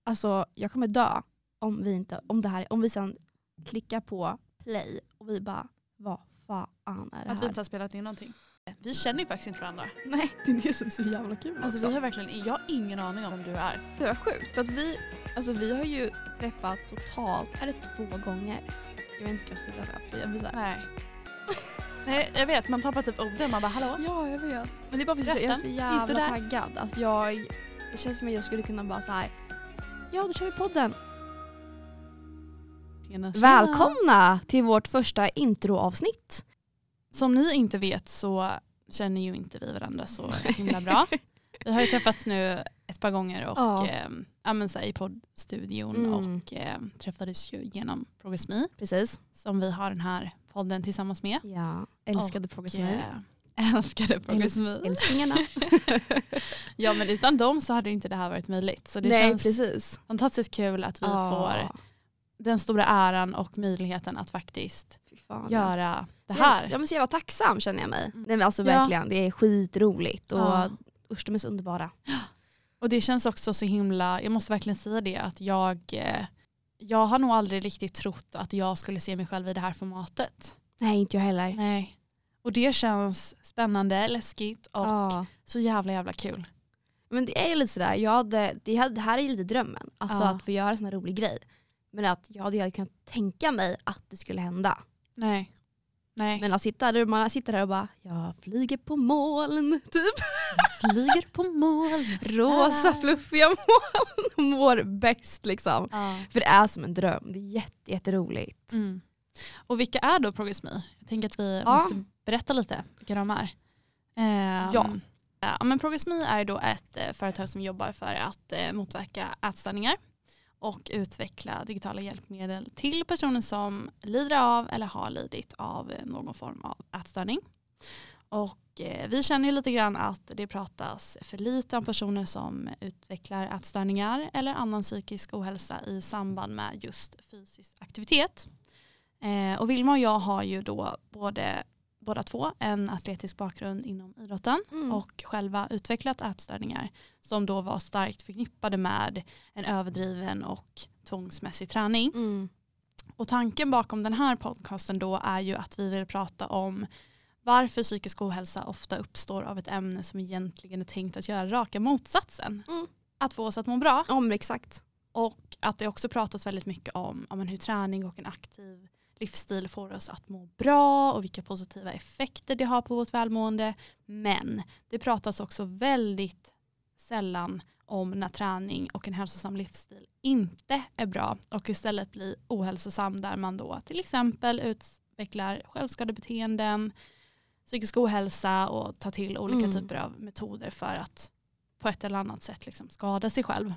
Alltså jag kommer dö om vi sen klickar på play och vi bara, vad fan är det här? Att vi inte har spelat in någonting. Vi känner ju faktiskt inte varandra. Nej, det är det som är så jävla kul Alltså också. jag har ingen aning om vem du är. Det var sjukt för att vi har ju träffats totalt, är det 2 gånger? Jag vet inte, ska jag säga det? Jag blir så här. Nej. Nej, jag vet, man tappar typ orden. Man bara, hallå? Ja, jag vet. Men det är bara för att jag är så jävla taggad. Alltså det känns som att jag skulle kunna bara så här. Ja, då kör vi podden. Tjena. Välkomna till vårt första introavsnitt. Som ni inte vet så känner ju inte vi varandra så himla bra. Vi har ju träffats nu ett par gånger och i poddstudion och träffades ju genom Progress Me. Precis. Som vi har den här podden tillsammans med. Ja, älskade Progress Me. Älskade Progress Me. Älsklingarna. Ja, men utan dem så hade inte det här varit möjligt. Så det känns precis. fantastiskt kul att vi får den stora äran och möjligheten att faktiskt göra det här. Jag måste vara tacksam känner jag mig. Nej, men alltså verkligen, det är skitroligt och de är så underbara. Och det känns också så himla, jag måste verkligen säga det, att jag har nog aldrig riktigt trott att jag skulle se mig själv i det här formatet. Nej, inte jag heller. Nej. Och det känns spännande, läskigt och så jävla kul. Men det är ju lite sådär, det här är ju lite drömmen. Alltså att få göra en sån här rolig grej. Men att jag hade kunnat tänka mig att det skulle hända. Nej. Men att man sitter där och bara, jag flyger på moln, typ. Jag flyger på moln. Rosa, fluffiga moln. Mår bäst liksom. För det är som en dröm. Det är jätteroligt. Mm. Och vilka är då Progress Me? Jag tänker att vi måste berätta lite vilka de är. Men Progress Me är då ett företag som jobbar för att motverka ätstörningar och utveckla digitala hjälpmedel till personer som lider av eller har lidit av någon form av ätstörning. Och vi känner ju lite grann att det pratas för lite om personer som utvecklar ätstörningar eller annan psykisk ohälsa i samband med just fysisk aktivitet. Och Vilma och jag har ju då båda två en atletisk bakgrund inom idrotten och själva utvecklat ätstörningar som då var starkt förknippade med en överdriven och tvångsmässig träning. Och tanken bakom den här podcasten då är ju att vi vill prata om varför psykisk ohälsa ofta uppstår av ett ämne som egentligen är tänkt att göra raka motsatsen. Att få oss att må bra. Exakt. Och att det också pratas väldigt mycket om hur träning och en aktiv livsstil får oss att må bra och vilka positiva effekter det har på vårt välmående. Men det pratas också väldigt sällan om när träning och en hälsosam livsstil inte är bra och istället blir ohälsosam där man då till exempel utvecklar självskadebeteenden, psykisk ohälsa och tar till olika typer av metoder för att på ett eller annat sätt liksom skada sig själv.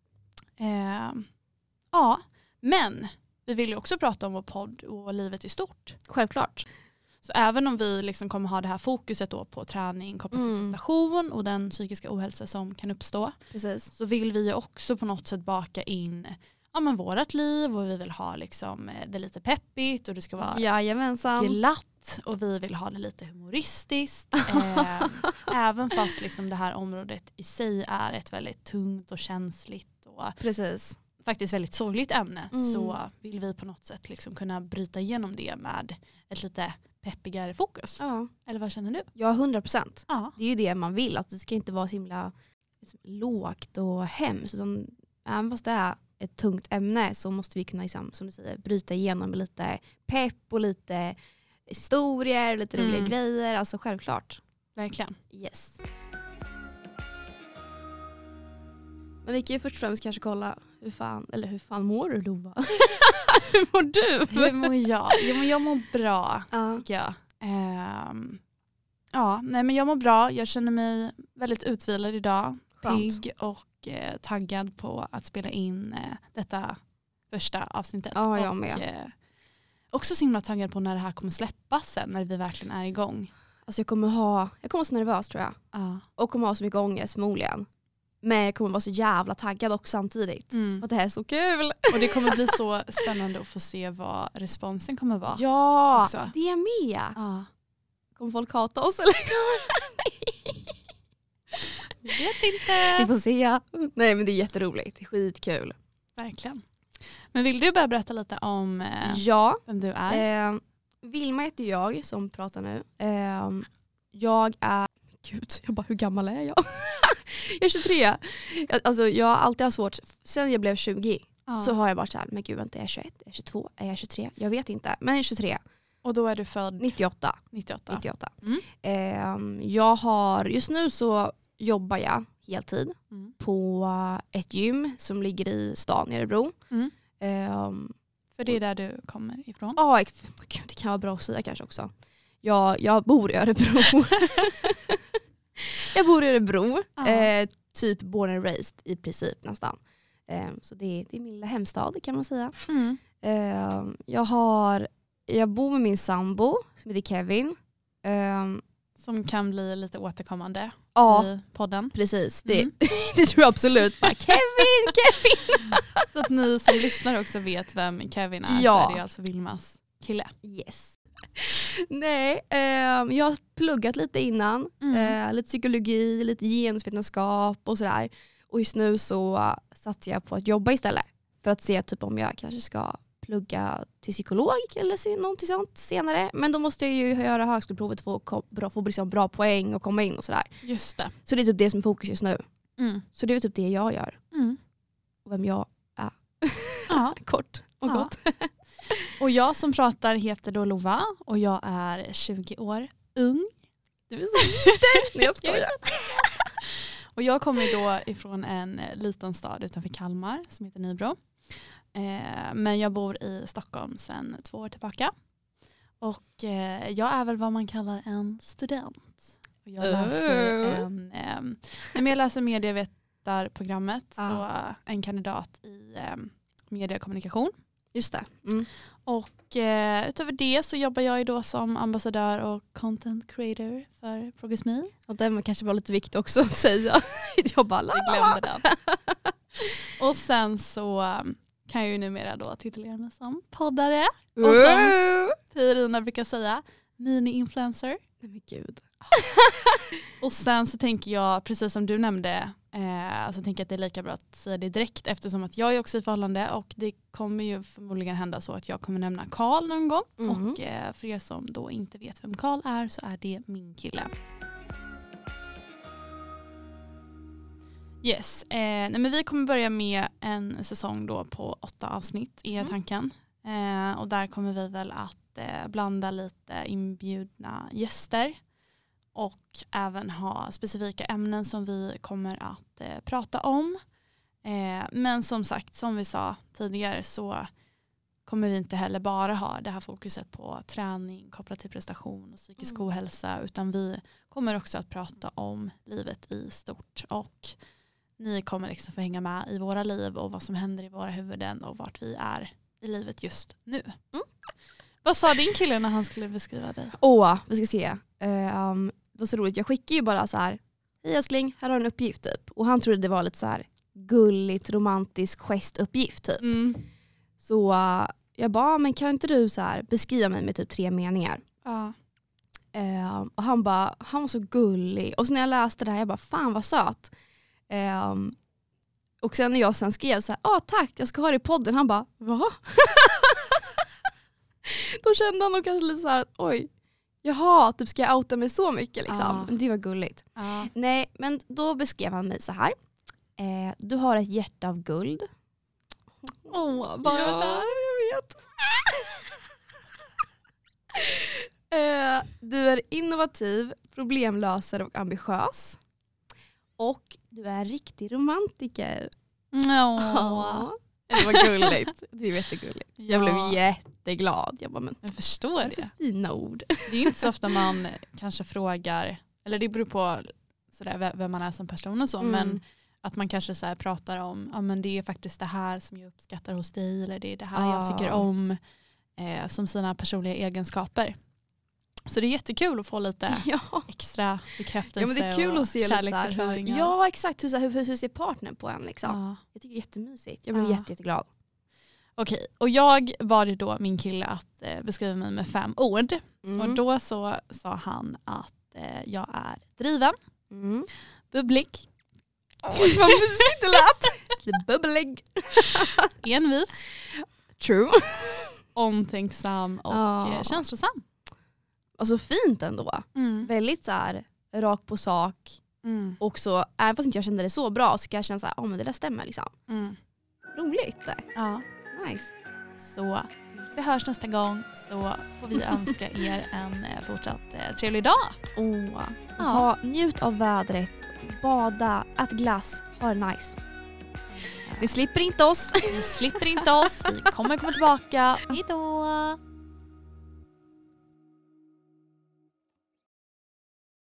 Men vi vill ju också prata om vår podd och livet i stort. Självklart. Så även om vi liksom kommer ha det här fokuset då på träning kopplat till prestation och den psykiska ohälsa som kan uppstå. Precis. Så vill vi ju också på något sätt baka in vårat liv och vi vill ha liksom det lite peppigt och det ska vara glatt och vi vill ha det lite humoristiskt. Även fast liksom det här området i sig är ett väldigt tungt och känsligt och faktiskt väldigt sorgligt ämne så vill vi på något sätt liksom kunna bryta igenom det med ett lite peppigare fokus. Eller vad känner du? Ja, 100%. Det är ju det man vill, att det ska inte vara så himla liksom, lågt och hemskt. Utan, även fast det är ett tungt ämne så måste vi kunna liksom, som du säger, bryta igenom med lite pepp och lite historier, lite roliga grejer. Alltså självklart. Verkligen. Yes. Men vi kan ju först och främst kanske kolla hur fan mår du, Lova? Hur mår du? Hur mår jag? Jag mår bra, tycker jag. Men jag mår bra. Jag känner mig väldigt utvilad idag. Pigg och taggad på att spela in detta första avsnittet. Ja, jag med. Och också så himla taggad på när det här kommer släppas sen, när vi verkligen är igång. Alltså jag kommer vara så nervös tror jag. Och kommer ha så mycket ångest förmodligen. Men jag kommer vara så jävla taggad också samtidigt. Att det här är så kul. Och det kommer bli så spännande att få se vad responsen kommer vara. Ja, också. Det är med. Kommer folk hata oss eller? Vet inte. Vi får se. Nej, men det är jätteroligt. Skitkul. Verkligen. Men vill du börja berätta lite om vem du är? Vilma heter jag som pratar nu. Jag är... Gud, hur gammal är jag? Jag är 23. Alltså, jag har alltid haft svårt. Sen jag blev 20 så har jag bara så här, men gud, vänta, är jag 21, är jag 22, är jag 23? Jag vet inte, men jag är 23. Och då är du född? 98. 98. Jag har, just nu så jobbar jag heltid på ett gym som ligger i stan i Örebro. För det är där du kommer ifrån? Ja, det kan vara bra att säga kanske också. Jag bor i Örebro. Jag bor i Örebro. Typ born and raised i princip nästan. Så det är min lilla hemstad kan man säga. Jag bor med min sambo som heter Kevin. Som kan bli lite återkommande i podden. Precis, det tror jag absolut. Bara, Kevin! Så att ni som lyssnar också vet vem Kevin är, så är det alltså Vilmas kille. Yes. Nej, jag har pluggat lite innan. Lite psykologi, lite genusvetenskap och sådär. Och just nu så satsar jag på att jobba istället. För att se typ om jag kanske ska plugga till psykolog eller någonting sånt senare. Men då måste jag ju göra högskoleprovet för att få liksom bra poäng och komma in och sådär. Just det. Så det är typ det som är fokus just nu. Så det är typ det jag gör. Och vem jag är. Kort och gott. Och jag som pratar heter då Lova och jag är 20 år ung. Du är så liten. Nej, jag skojar. Och jag kommer då ifrån en liten stad utanför Kalmar som heter Nybro. Men jag bor i Stockholm sedan 2 år tillbaka. Och jag är väl vad man kallar en student. Och jag läser medievetarprogrammet, så en kandidat i mediekommunikation. Just det. Och utöver det så jobbar jag ju då som ambassadör och content creator för Progress Me. Och den kanske var lite viktigt också att säga. Jag glömde den. Och sen så kan jag ju numera då titulera mig som poddare. Och som Pirina brukar säga, mini-influencer. Men gud. Och sen så tänker jag, precis som du nämnde, så tänker jag att det är lika bra att säga det direkt, eftersom att jag är också i förhållande och det kommer ju förmodligen hända så att jag kommer nämna Karl någon gång. Och för er som då inte vet vem Karl är så är det min kille. Yes, men vi kommer börja med en säsong då på 8 avsnitt är tanken. Och där kommer vi väl att blanda lite inbjudna gäster. Och även ha specifika ämnen som vi kommer att prata om. Men som sagt, som vi sa tidigare så kommer vi inte heller bara ha det här fokuset på träning kopplat till prestation och psykisk ohälsa. Utan vi kommer också att prata om livet i stort. Och ni kommer liksom få hänga med i våra liv och vad som händer i våra huvuden och vart vi är i livet just nu. Vad sa din kille när han skulle beskriva dig? Vi ska se. Det var så roligt. Jag skickade ju bara så här: hej älskling, här har du en uppgift typ. Och han trodde det var lite så här gulligt, romantisk gestuppgift typ. Så jag bara, men kan inte du så här beskriva mig med typ 3 meningar? Och han var så gullig. Och så när jag läste det här, jag bara, fan vad söt. Och sen när jag sen skrev så här, tack, jag ska ha det i podden. Han bara, va? Då kände han nog kanske lite så här, oj. Jaha, typ ska jag outa mig så mycket liksom. Men det var gulligt. Nej, men då beskrev han mig så här. Du har ett hjärta av guld. Bara där. Jag vet. Du är innovativ, problemlösare och ambitiös. Och du är en riktig romantiker. Det var gulligt. Det är jättegulligt. Jag blev jätteglad. Jag bara, men jag förstår det. Fina ord. Det är inte så ofta man kanske frågar, eller det beror på sådär, vem man är som person och så, men att man kanske så här pratar om, men det är faktiskt det här som jag uppskattar hos dig, eller det är det här jag tycker om som sina personliga egenskaper. Så det är jättekul att få lite extra bekräftelse. Ja, men det är kul att se kärleksförklaringar. Ja, exakt. Hur ser partnern på en liksom? Jag tycker det är jättemysigt. Jag blev jätteglad. Okej, och jag bad då min kille att beskriva mig med 5 ord. Och då så sa han att jag är driven, bubblig, Vad mysigt det lät. Lite bubblig. Envis. True. Omtänksam och känslosam. Alltså fint ändå. Väldigt så här rak på sak. Och så, även fast inte jag kände det så bra, så kan jag känna så här, men det där stämmer liksom. Roligt. Ja. Nice. Så tills vi hörs nästa gång så får vi önska er en fortsatt trevlig dag. Njut av vädret, bada, ät glass, ha det nice. Ni slipper inte oss. Vi slipper inte oss. Vi kommer komma tillbaka. Hejdå!